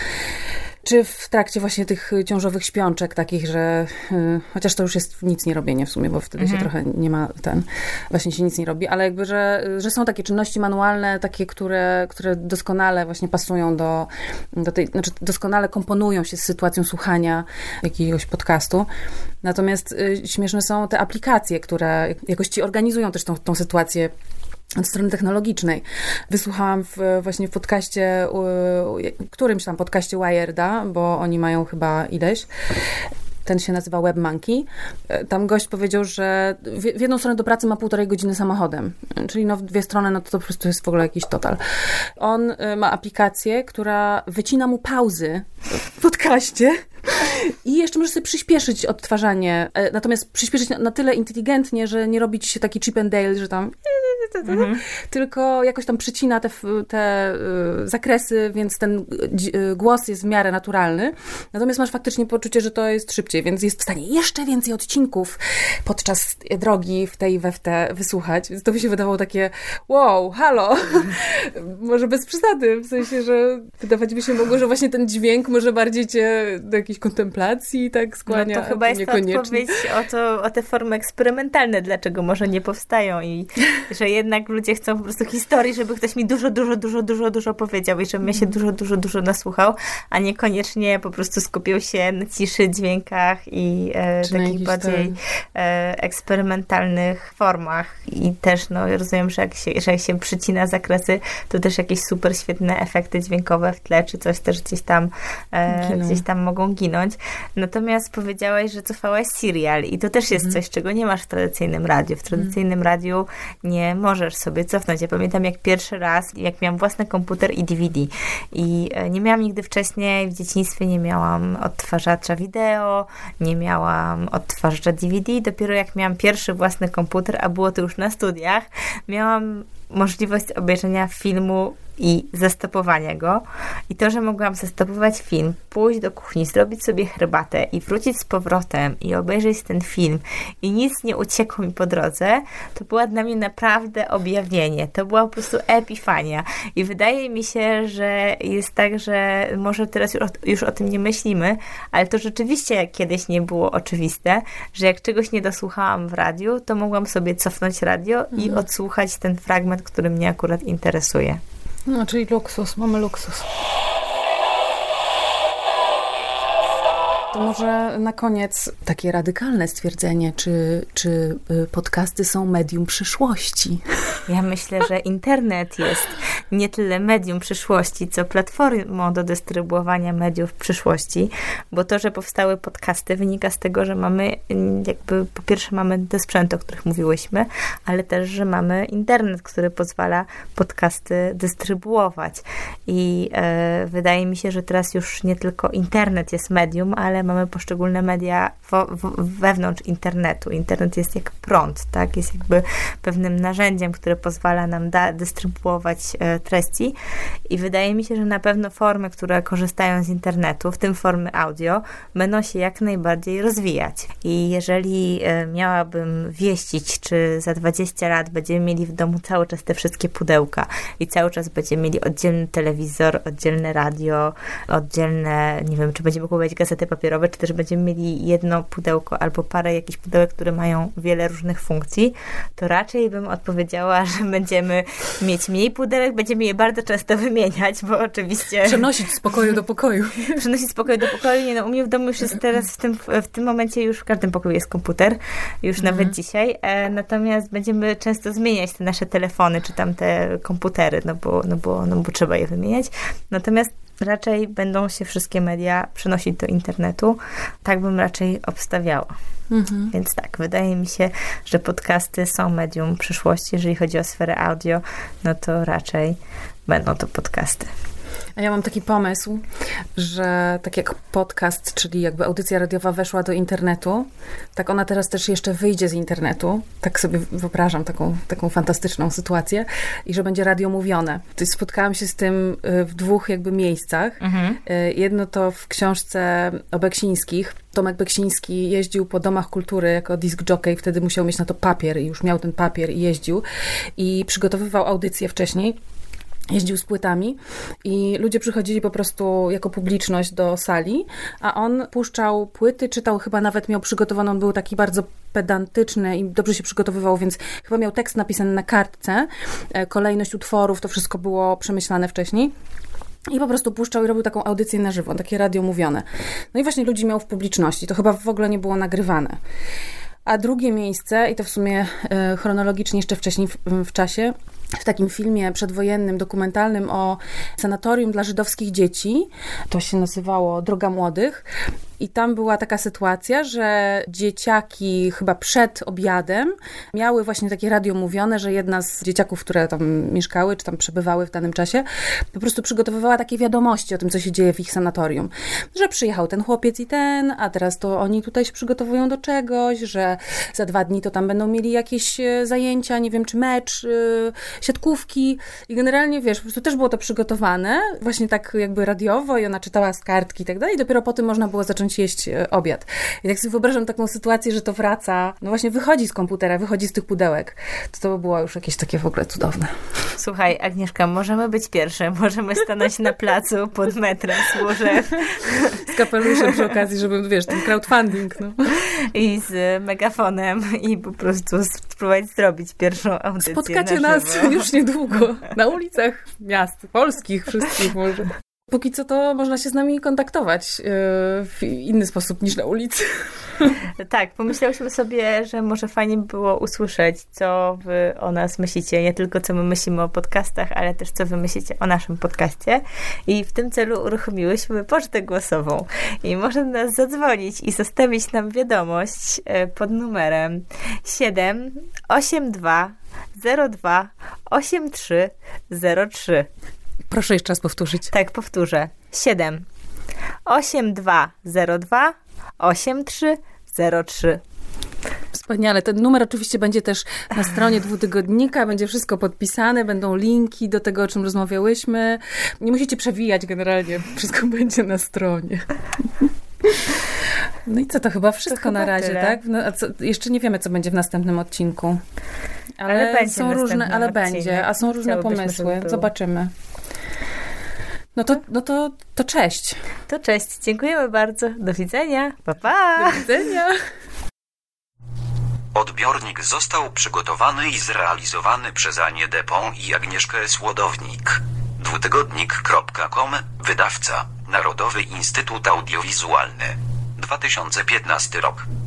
Czy w trakcie właśnie tych ciążowych śpiączek takich, że chociaż to już jest nic nie robienie w sumie, bo wtedy się trochę nie ma właśnie się nic nie robi, ale jakby, że są takie czynności manualne, takie, które doskonale właśnie pasują do tej, znaczy doskonale komponują się z sytuacją słuchania jakiegoś podcastu. Natomiast śmieszne są te aplikacje, które jakoś ci organizują też tą sytuację od strony technologicznej. Wysłuchałam właśnie w podcaście, którymś tam podcaście Wired'a, bo oni mają chyba ileś. Ten się nazywa WebMonkey. Tam gość powiedział, że w jedną stronę do pracy ma 1,5 godziny samochodem. Czyli no w dwie strony, no to po prostu jest w ogóle jakiś total. On ma aplikację, która wycina mu pauzy w podcaście i jeszcze może sobie przyspieszyć odtwarzanie. Natomiast przyspieszyć na tyle inteligentnie, że nie robić się taki Chip and Dale, że tam tylko jakoś tam przycina te zakresy, więc ten głos jest w miarę naturalny. Natomiast masz faktycznie poczucie, że to jest szybciej, więc jest w stanie jeszcze więcej odcinków podczas drogi w tej we w te wysłuchać. Więc to mi się wydawało takie wow, halo, może bez przesady, w sensie, że wydawać by się mogło, że właśnie ten dźwięk może bardziej cię do jakiejś kontemplacji tak skłania. No to chyba jest to odpowiedź o te formy eksperymentalne, dlaczego może nie powstają i że jednak ludzie chcą po prostu historii, żeby ktoś mi dużo powiedział i żebym ja się dużo nasłuchał, a niekoniecznie po prostu skupił się na ciszy, dźwiękach i takich bardziej eksperymentalnych formach. I też, no, rozumiem, że jak się przycina zakresy, to też jakieś super świetne efekty dźwiękowe w tle, czy coś też gdzieś tam mogą ginąć. Natomiast powiedziałaś, że cofałaś serial i to też jest coś, czego nie masz w tradycyjnym radiu. W tradycyjnym radiu nie możesz sobie cofnąć. Ja pamiętam, jak pierwszy raz, jak miałam własny komputer i DVD i nie miałam nigdy wcześniej, w dzieciństwie nie miałam odtwarzacza wideo, nie miałam odtwarzacza DVD. Dopiero jak miałam pierwszy własny komputer, a było to już na studiach, miałam możliwość obejrzenia filmu i zastopowania go. I to, że mogłam zastopować film, pójść do kuchni, zrobić sobie herbatę i wrócić z powrotem i obejrzeć ten film i nic nie uciekło mi po drodze, to była dla mnie naprawdę objawienie. To była po prostu epifania. I wydaje mi się, że jest tak, że może teraz już o tym nie myślimy, ale to rzeczywiście kiedyś nie było oczywiste, że jak czegoś nie dosłuchałam w radiu, to mogłam sobie cofnąć radio i odsłuchać ten fragment, który mnie akurat interesuje. No, czyli luksus, mamy luksus. To może na koniec takie radykalne stwierdzenie, czy podcasty są medium przyszłości? Ja myślę, że internet jest nie tyle medium przyszłości, co platformą do dystrybuowania mediów przyszłości, bo to, że powstały podcasty, wynika z tego, że mamy po pierwsze mamy te sprzęty, o których mówiłyśmy, ale też, że mamy internet, który pozwala podcasty dystrybuować. I wydaje mi się, że teraz już nie tylko internet jest medium, ale mamy poszczególne media wewnątrz internetu. Internet jest jak prąd, tak? Jest jakby pewnym narzędziem, które pozwala nam dystrybuować treści i wydaje mi się, że na pewno formy, które korzystają z internetu, w tym formy audio, będą się jak najbardziej rozwijać. I jeżeli miałabym wieścić, czy za 20 lat będziemy mieli w domu cały czas te wszystkie pudełka i cały czas będziemy mieli oddzielny telewizor, oddzielne radio, oddzielne, nie wiem, czy będziemy kupować gazety papierowe, czy też będziemy mieli jedno pudełko albo parę jakichś pudełek, które mają wiele różnych funkcji, to raczej bym odpowiedziała, że będziemy mieć mniej pudełek, będziemy je bardzo często wymieniać, bo oczywiście... Przenosić z pokoju do pokoju. Przenosić z pokoju do pokoju. Nie, no, u mnie w domu już jest teraz, w tym momencie już w każdym pokoju jest komputer, już nawet dzisiaj, natomiast będziemy często zmieniać te nasze telefony, czy tam te komputery, no bo trzeba je wymieniać. Natomiast raczej będą się wszystkie media przenosić do internetu. Tak bym raczej obstawiała. Więc tak, wydaje mi się, że podcasty są medium przyszłości. Jeżeli chodzi o sferę audio, no to raczej będą to podcasty. A ja mam taki pomysł, że tak jak podcast, czyli jakby audycja radiowa weszła do internetu, tak ona teraz też jeszcze wyjdzie z internetu. Tak sobie wyobrażam taką fantastyczną sytuację i że będzie radio mówione. Spotkałam się z tym w dwóch jakby miejscach. Jedno to w książce o Beksińskich. Tomek Beksiński jeździł po domach kultury jako disc jockey, wtedy musiał mieć na to papier i już miał ten papier i jeździł i przygotowywał audycję wcześniej. Jeździł z płytami i ludzie przychodzili po prostu jako publiczność do sali, a on puszczał płyty, czytał, chyba nawet miał przygotowany, on był taki bardzo pedantyczny i dobrze się przygotowywał, więc chyba miał tekst napisany na kartce, kolejność utworów, to wszystko było przemyślane wcześniej. I po prostu puszczał i robił taką audycję na żywo, takie radio mówione. No i właśnie ludzi miał w publiczności, to chyba w ogóle nie było nagrywane. A drugie miejsce, i to w sumie chronologicznie jeszcze wcześniej w czasie, w takim filmie przedwojennym, dokumentalnym o sanatorium dla żydowskich dzieci. To się nazywało Droga Młodych. I tam była taka sytuacja, że dzieciaki chyba przed obiadem miały właśnie takie radio mówione, że jedna z dzieciaków, które tam mieszkały, czy tam przebywały w danym czasie, po prostu przygotowywała takie wiadomości o tym, co się dzieje w ich sanatorium. Że przyjechał ten chłopiec i ten, a teraz to oni tutaj się przygotowują do czegoś, że za 2 dni to tam będą mieli jakieś zajęcia, nie wiem, czy mecz, siatkówki. I generalnie, wiesz, po prostu też było to przygotowane, właśnie tak jakby radiowo i ona czytała z kartki i tak dalej. I dopiero po tym można było zacząć jeść obiad. I tak sobie wyobrażam taką sytuację, że to wraca, no właśnie wychodzi z komputera, wychodzi z tych pudełek. To by było już jakieś takie w ogóle cudowne. Słuchaj, Agnieszka, możemy być pierwsze. Możemy stanąć na placu pod metrem Służew. Z kapeluszem przy okazji, żeby, wiesz, ten crowdfunding, no. i z megafonem i po prostu spróbować zrobić pierwszą audycję. Spotkacie nas już niedługo na ulicach miast polskich, wszystkich może. Póki co to można się z nami kontaktować w inny sposób niż na ulicy. Tak, pomyślałyśmy sobie, że może fajnie by było usłyszeć, co wy o nas myślicie. Nie tylko co my myślimy o podcastach, ale też co wy myślicie o naszym podcaście. I w tym celu uruchomiłyśmy pocztę głosową. I można do nas zadzwonić i zostawić nam wiadomość pod numerem 782 02 8303. Proszę jeszcze raz powtórzyć. Tak, powtórzę. 78202 8303. Wspaniale. Ten numer oczywiście będzie też na stronie Dwutygodnika, będzie wszystko podpisane, będą linki do tego, o czym rozmawiałyśmy. Nie musicie przewijać generalnie, wszystko będzie na stronie. No i co, to chyba wszystko na razie, tyle. Tak? No, jeszcze nie wiemy, co będzie w następnym odcinku. Ale będzie są różne, ale odcinek. Będzie, a są różne pomysły. Zobaczymy. No to cześć. To cześć. Dziękujemy bardzo. Do widzenia. Pa, pa. Do widzenia. Odbiornik został przygotowany i zrealizowany przez Anię Depą i Agnieszkę Słodownik. Dwutygodnik.com, wydawca Narodowy Instytut Audiowizualny. 2015 rok.